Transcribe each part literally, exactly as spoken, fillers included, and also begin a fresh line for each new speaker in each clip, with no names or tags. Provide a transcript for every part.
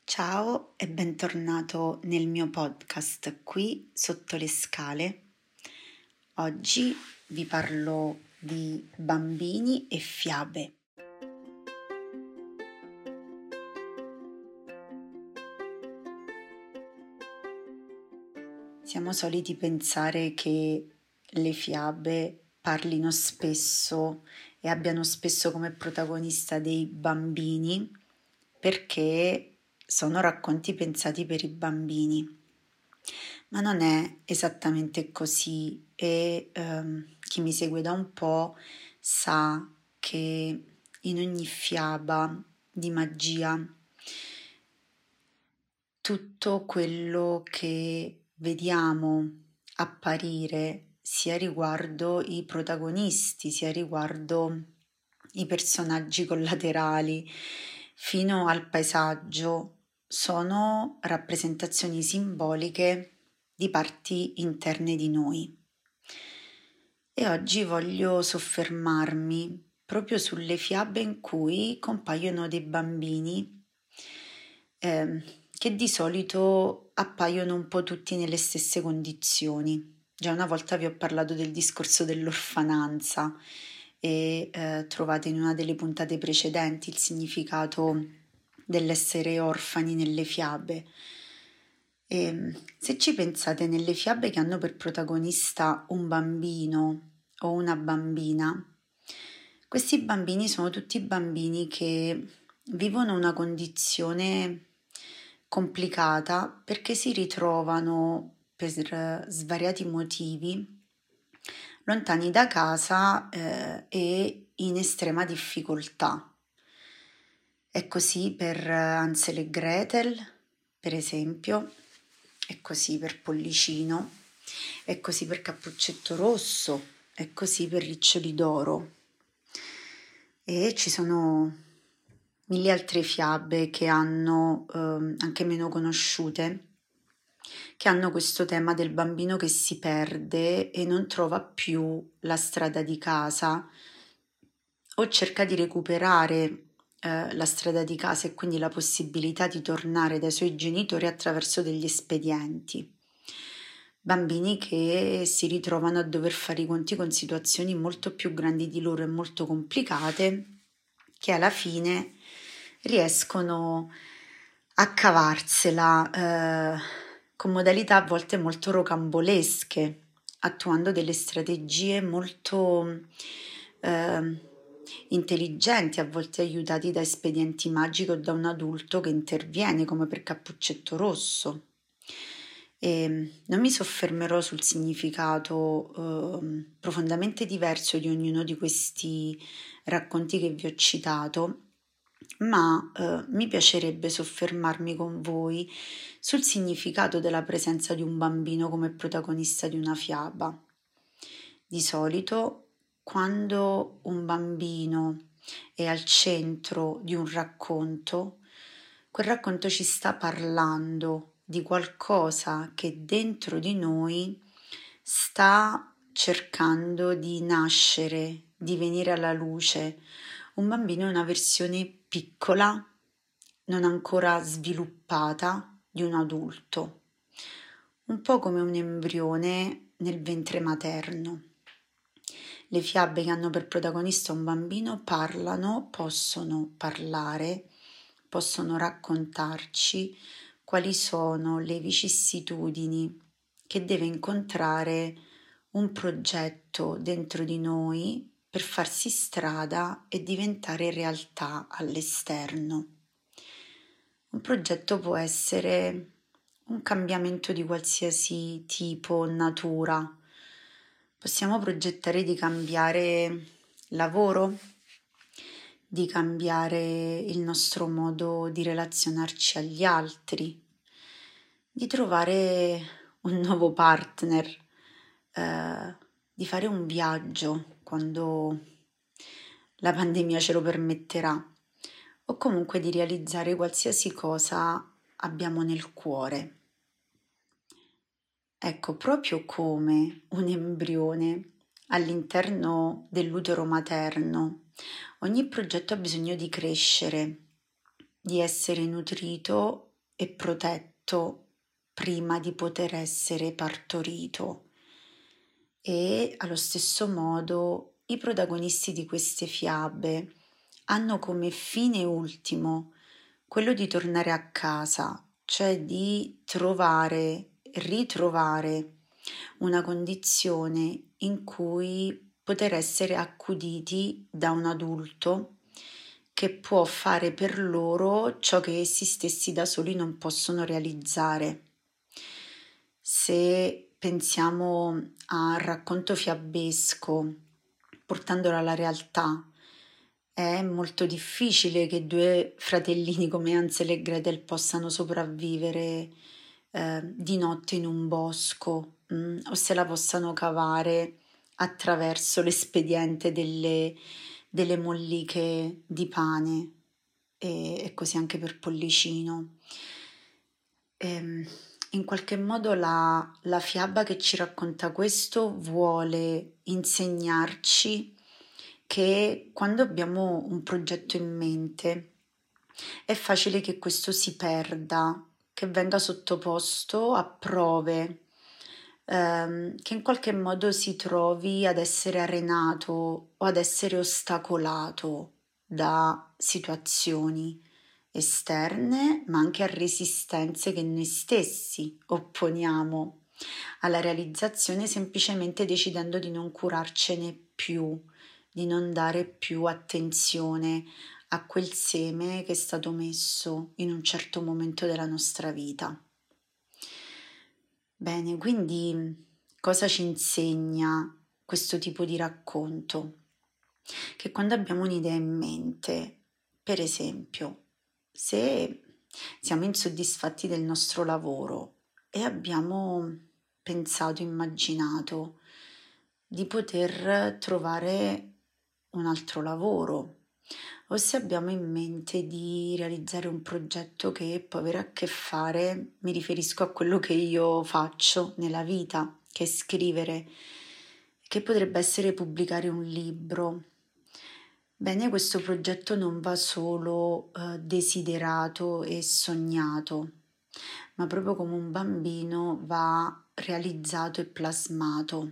Ciao e bentornato nel mio podcast qui sotto le scale. Oggi vi parlo di bambini e fiabe. Siamo soliti pensare che le fiabe parlino spesso e abbiano spesso come protagonista dei bambini perché sono racconti pensati per i bambini. Ma non è esattamente così e ehm, chi mi segue da un po' sa che in ogni fiaba di magia tutto quello che vediamo apparire sia riguardo i protagonisti, sia riguardo i personaggi collaterali, fino al paesaggio, sono rappresentazioni simboliche di parti interne di noi. E oggi voglio soffermarmi proprio sulle fiabe in cui compaiono dei bambini eh, che di solito appaiono un po' tutti nelle stesse condizioni. Già una volta vi ho parlato del discorso dell'orfananza e eh, trovate in una delle puntate precedenti il significato dell'essere orfani nelle fiabe. E se ci pensate, nelle fiabe che hanno per protagonista un bambino o una bambina, questi bambini sono tutti bambini che vivono una condizione complicata perché si ritrovano per svariati motivi lontani da casa eh, e in estrema difficoltà. È così per Hansel e Gretel, per esempio, è così per Pollicino, è così per Cappuccetto Rosso, è così per Riccioli d'Oro. E ci sono mille altre fiabe che hanno, eh, anche meno conosciute, che hanno questo tema del bambino che si perde e non trova più la strada di casa o cerca di recuperare eh, la strada di casa e quindi la possibilità di tornare dai suoi genitori attraverso degli espedienti. Bambini che si ritrovano a dover fare i conti con situazioni molto più grandi di loro e molto complicate, che alla fine riescono a cavarsela eh, con modalità a volte molto rocambolesche, attuando delle strategie molto eh, intelligenti, a volte aiutati da espedienti magici o da un adulto che interviene, come per Cappuccetto Rosso. E non mi soffermerò sul significato eh, profondamente diverso di ognuno di questi racconti che vi ho citato, ma eh, mi piacerebbe soffermarmi con voi sul significato della presenza di un bambino come protagonista di una fiaba. Di solito, quando un bambino è al centro di un racconto, quel racconto ci sta parlando di qualcosa che dentro di noi sta cercando di nascere, di venire alla luce. Un bambino è una versione piccola, non ancora sviluppata di un adulto, un po' come un embrione nel ventre materno. Le fiabe che hanno per protagonista un bambino parlano, possono parlare, possono raccontarci quali sono le vicissitudini che deve incontrare un progetto dentro di noi per farsi strada e diventare realtà all'esterno. Un progetto può essere un cambiamento di qualsiasi tipo, natura. Possiamo progettare di cambiare lavoro, di cambiare il nostro modo di relazionarci agli altri, di trovare un nuovo partner, eh, di fare un viaggio quando la pandemia ce lo permetterà, o comunque di realizzare qualsiasi cosa abbiamo nel cuore. Ecco, proprio come un embrione all'interno dell'utero materno, ogni progetto ha bisogno di crescere, di essere nutrito e protetto prima di poter essere partorito. E allo stesso modo i protagonisti di queste fiabe hanno come fine ultimo quello di tornare a casa, cioè di trovare, ritrovare una condizione in cui poter essere accuditi da un adulto che può fare per loro ciò che essi stessi da soli non possono realizzare. Se pensiamo al racconto fiabesco, portandolo alla realtà, è molto difficile che due fratellini come Hansel e Gretel possano sopravvivere eh, di notte in un bosco, mm, o se la possano cavare attraverso l'espediente delle, delle molliche di pane, e, e così anche per Pollicino. Ehm, in qualche modo la, la fiaba che ci racconta questo vuole insegnarci che quando abbiamo un progetto in mente è facile che questo si perda, che venga sottoposto a prove, ehm, che in qualche modo si trovi ad essere arenato o ad essere ostacolato da situazioni esterne, ma anche a resistenze che noi stessi opponiamo alla realizzazione, semplicemente decidendo di non curarcene più, di non dare più attenzione a quel seme che è stato messo in un certo momento della nostra vita. Bene, quindi cosa ci insegna questo tipo di racconto? Che quando abbiamo un'idea in mente, per esempio, se siamo insoddisfatti del nostro lavoro e abbiamo pensato, immaginato di poter trovare un altro lavoro, o se abbiamo in mente di realizzare un progetto che può avere a che fare, mi riferisco a quello che io faccio nella vita, che è scrivere, che potrebbe essere pubblicare un libro. Bene, questo progetto non va solo eh, desiderato e sognato, ma proprio come un bambino va realizzato e plasmato.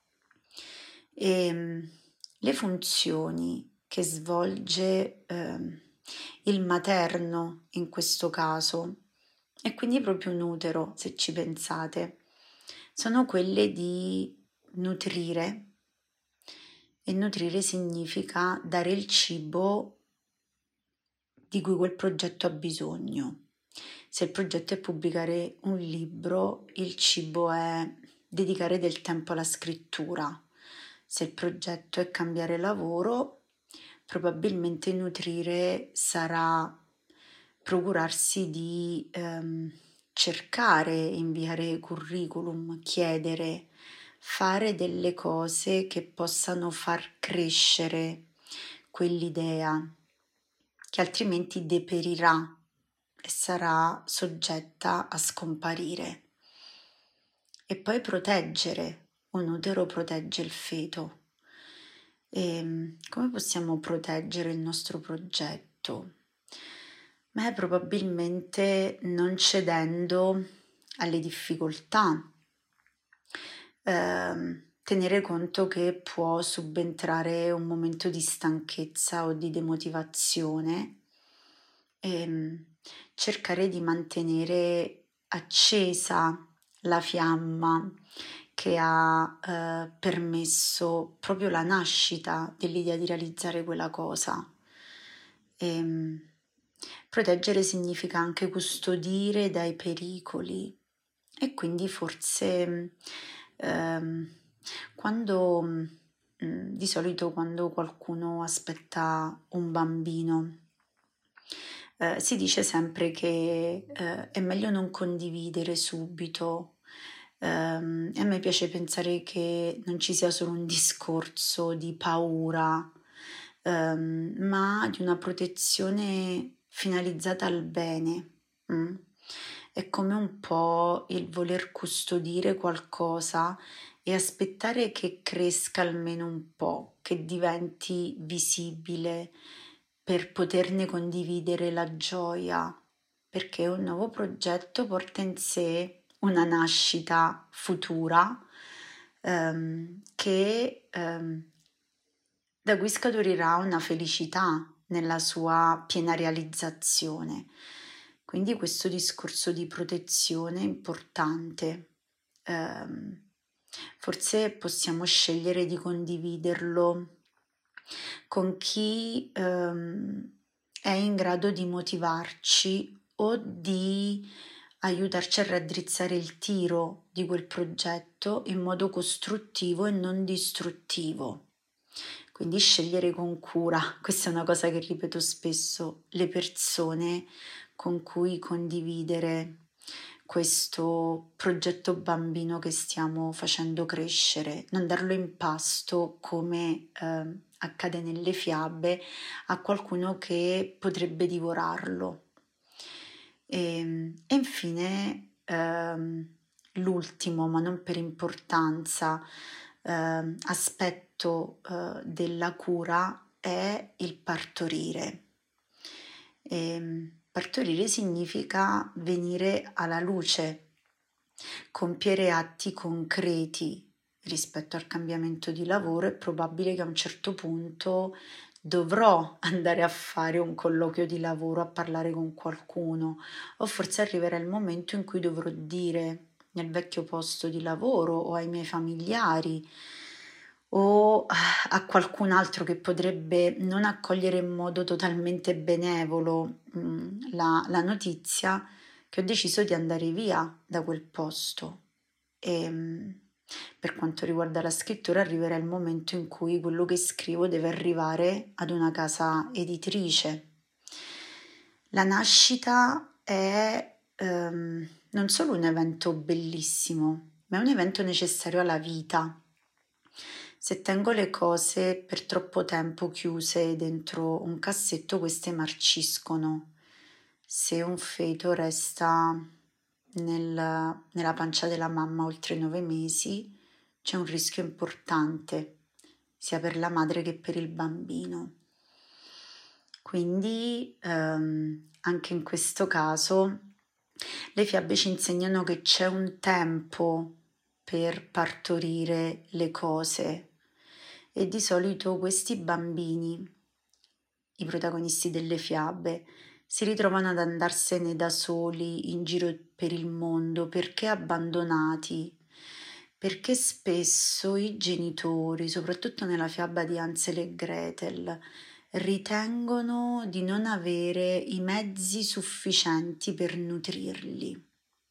E le funzioni che svolge eh, il materno in questo caso, e quindi proprio un utero, se ci pensate, sono quelle di nutrire, e nutrire significa dare il cibo di cui quel progetto ha bisogno. Se il progetto è pubblicare un libro, il cibo è dedicare del tempo alla scrittura. Se il progetto è cambiare lavoro, probabilmente nutrire sarà procurarsi di ehm, cercare, inviare curriculum, chiedere, fare delle cose che possano far crescere quell'idea, che altrimenti deperirà e sarà soggetta a scomparire. E poi proteggere, un utero protegge il feto. E come possiamo proteggere il nostro progetto? Beh, probabilmente non cedendo alle difficoltà, eh, tenere conto che può subentrare un momento di stanchezza o di demotivazione e cercare di mantenere accesa la fiamma che ha eh, permesso proprio la nascita dell'idea di realizzare quella cosa. E, proteggere significa anche custodire dai pericoli, e quindi forse ehm, quando mh, di solito quando qualcuno aspetta un bambino, eh, si dice sempre che eh, è meglio non condividere subito. Um, e a me piace pensare che non ci sia solo un discorso di paura, um, ma di una protezione finalizzata al bene. Mm? È come un po' il voler custodire qualcosa e aspettare che cresca almeno un po', che diventi visibile per poterne condividere la gioia perché un nuovo progetto porta in sé una nascita futura ehm, che ehm, da cui scaturirà una felicità nella sua piena realizzazione. Quindi questo discorso di protezione è importante. Ehm, forse possiamo scegliere di condividerlo con chi ehm, è in grado di motivarci o di aiutarci a raddrizzare il tiro di quel progetto in modo costruttivo e non distruttivo. Quindi scegliere con cura, questa è una cosa che ripeto spesso, le persone con cui condividere questo progetto bambino che stiamo facendo crescere, non darlo in pasto come eh, accade nelle fiabe a qualcuno che potrebbe divorarlo. E, e infine ehm, l'ultimo, ma non per importanza, eh, aspetto eh, della cura è il partorire. E, partorire significa venire alla luce, compiere atti concreti rispetto al cambiamento di lavoro. È probabile che a un certo punto dovrò andare a fare un colloquio di lavoro, a parlare con qualcuno, o forse arriverà il momento in cui dovrò dire nel vecchio posto di lavoro o ai miei familiari o a qualcun altro che potrebbe non accogliere in modo totalmente benevolo mh, la, la notizia che ho deciso di andare via da quel posto. E mh, per quanto riguarda la scrittura, arriverà il momento in cui quello che scrivo deve arrivare ad una casa editrice. La nascita è ehm, non solo un evento bellissimo, ma è un evento necessario alla vita. Se tengo le cose per troppo tempo chiuse dentro un cassetto, queste marciscono. Se un feto resta nel- nella pancia della mamma oltre nove mesi, c'è un rischio importante, sia per la madre che per il bambino. Quindi ehm, anche in questo caso le fiabe ci insegnano che c'è un tempo per partorire le cose e di solito questi bambini, i protagonisti delle fiabe, si ritrovano ad andarsene da soli in giro per il mondo perché abbandonati, perché spesso i genitori, soprattutto nella fiaba di Hansel e Gretel, ritengono di non avere i mezzi sufficienti per nutrirli.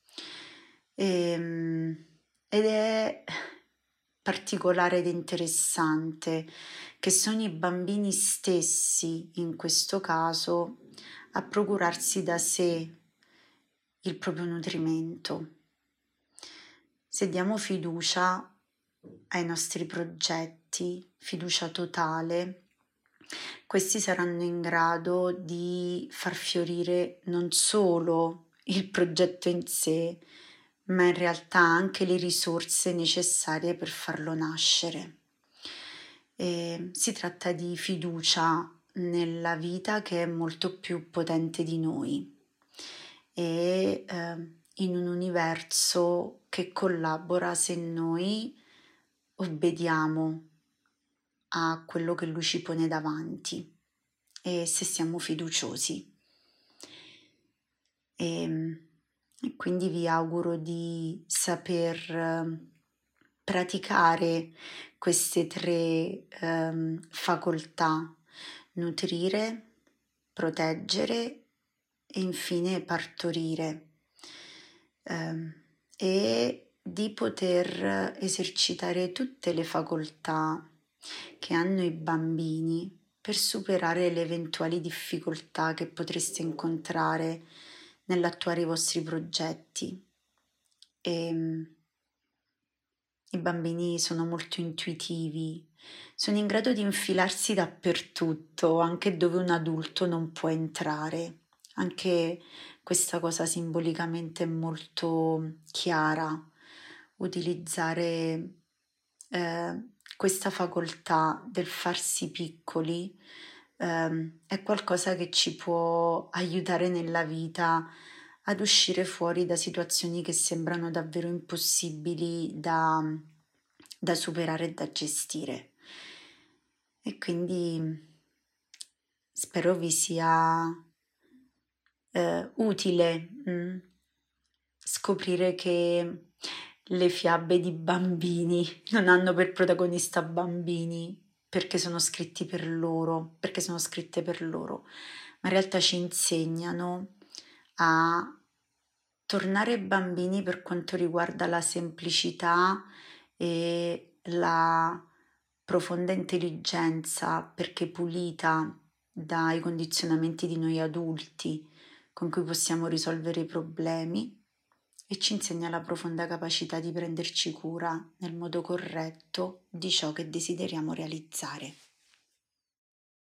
E, ed è particolare ed interessante che sono i bambini stessi, in questo caso, a procurarsi da sé il proprio nutrimento. Se diamo fiducia ai nostri progetti, fiducia totale, questi saranno in grado di far fiorire non solo il progetto in sé, ma in realtà anche le risorse necessarie per farlo nascere. E si tratta di fiducia nella vita che è molto più potente di noi e eh, in un universo che collabora se noi obbediamo a quello che lui ci pone davanti e se siamo fiduciosi. E, e quindi vi auguro di saper eh, praticare queste tre ehm, facoltà: nutrire, proteggere e infine partorire, ehm, e di poter esercitare tutte le facoltà che hanno i bambini per superare le eventuali difficoltà che potreste incontrare nell'attuare i vostri progetti. E i bambini sono molto intuitivi, sono in grado di infilarsi dappertutto, anche dove un adulto non può entrare. Anche questa cosa simbolicamente è molto chiara, utilizzare eh, questa facoltà del farsi piccoli ehm, è qualcosa che ci può aiutare nella vita ad uscire fuori da situazioni che sembrano davvero impossibili da, da superare e da gestire. E quindi spero vi sia eh, utile mm, scoprire che le fiabe di bambini non hanno per protagonista bambini perché sono scritti per loro, perché sono scritte per loro, ma in realtà ci insegnano a tornare bambini per quanto riguarda la semplicità e la profonda intelligenza, perché pulita dai condizionamenti di noi adulti con cui possiamo risolvere i problemi, e ci insegna la profonda capacità di prenderci cura nel modo corretto di ciò che desideriamo realizzare.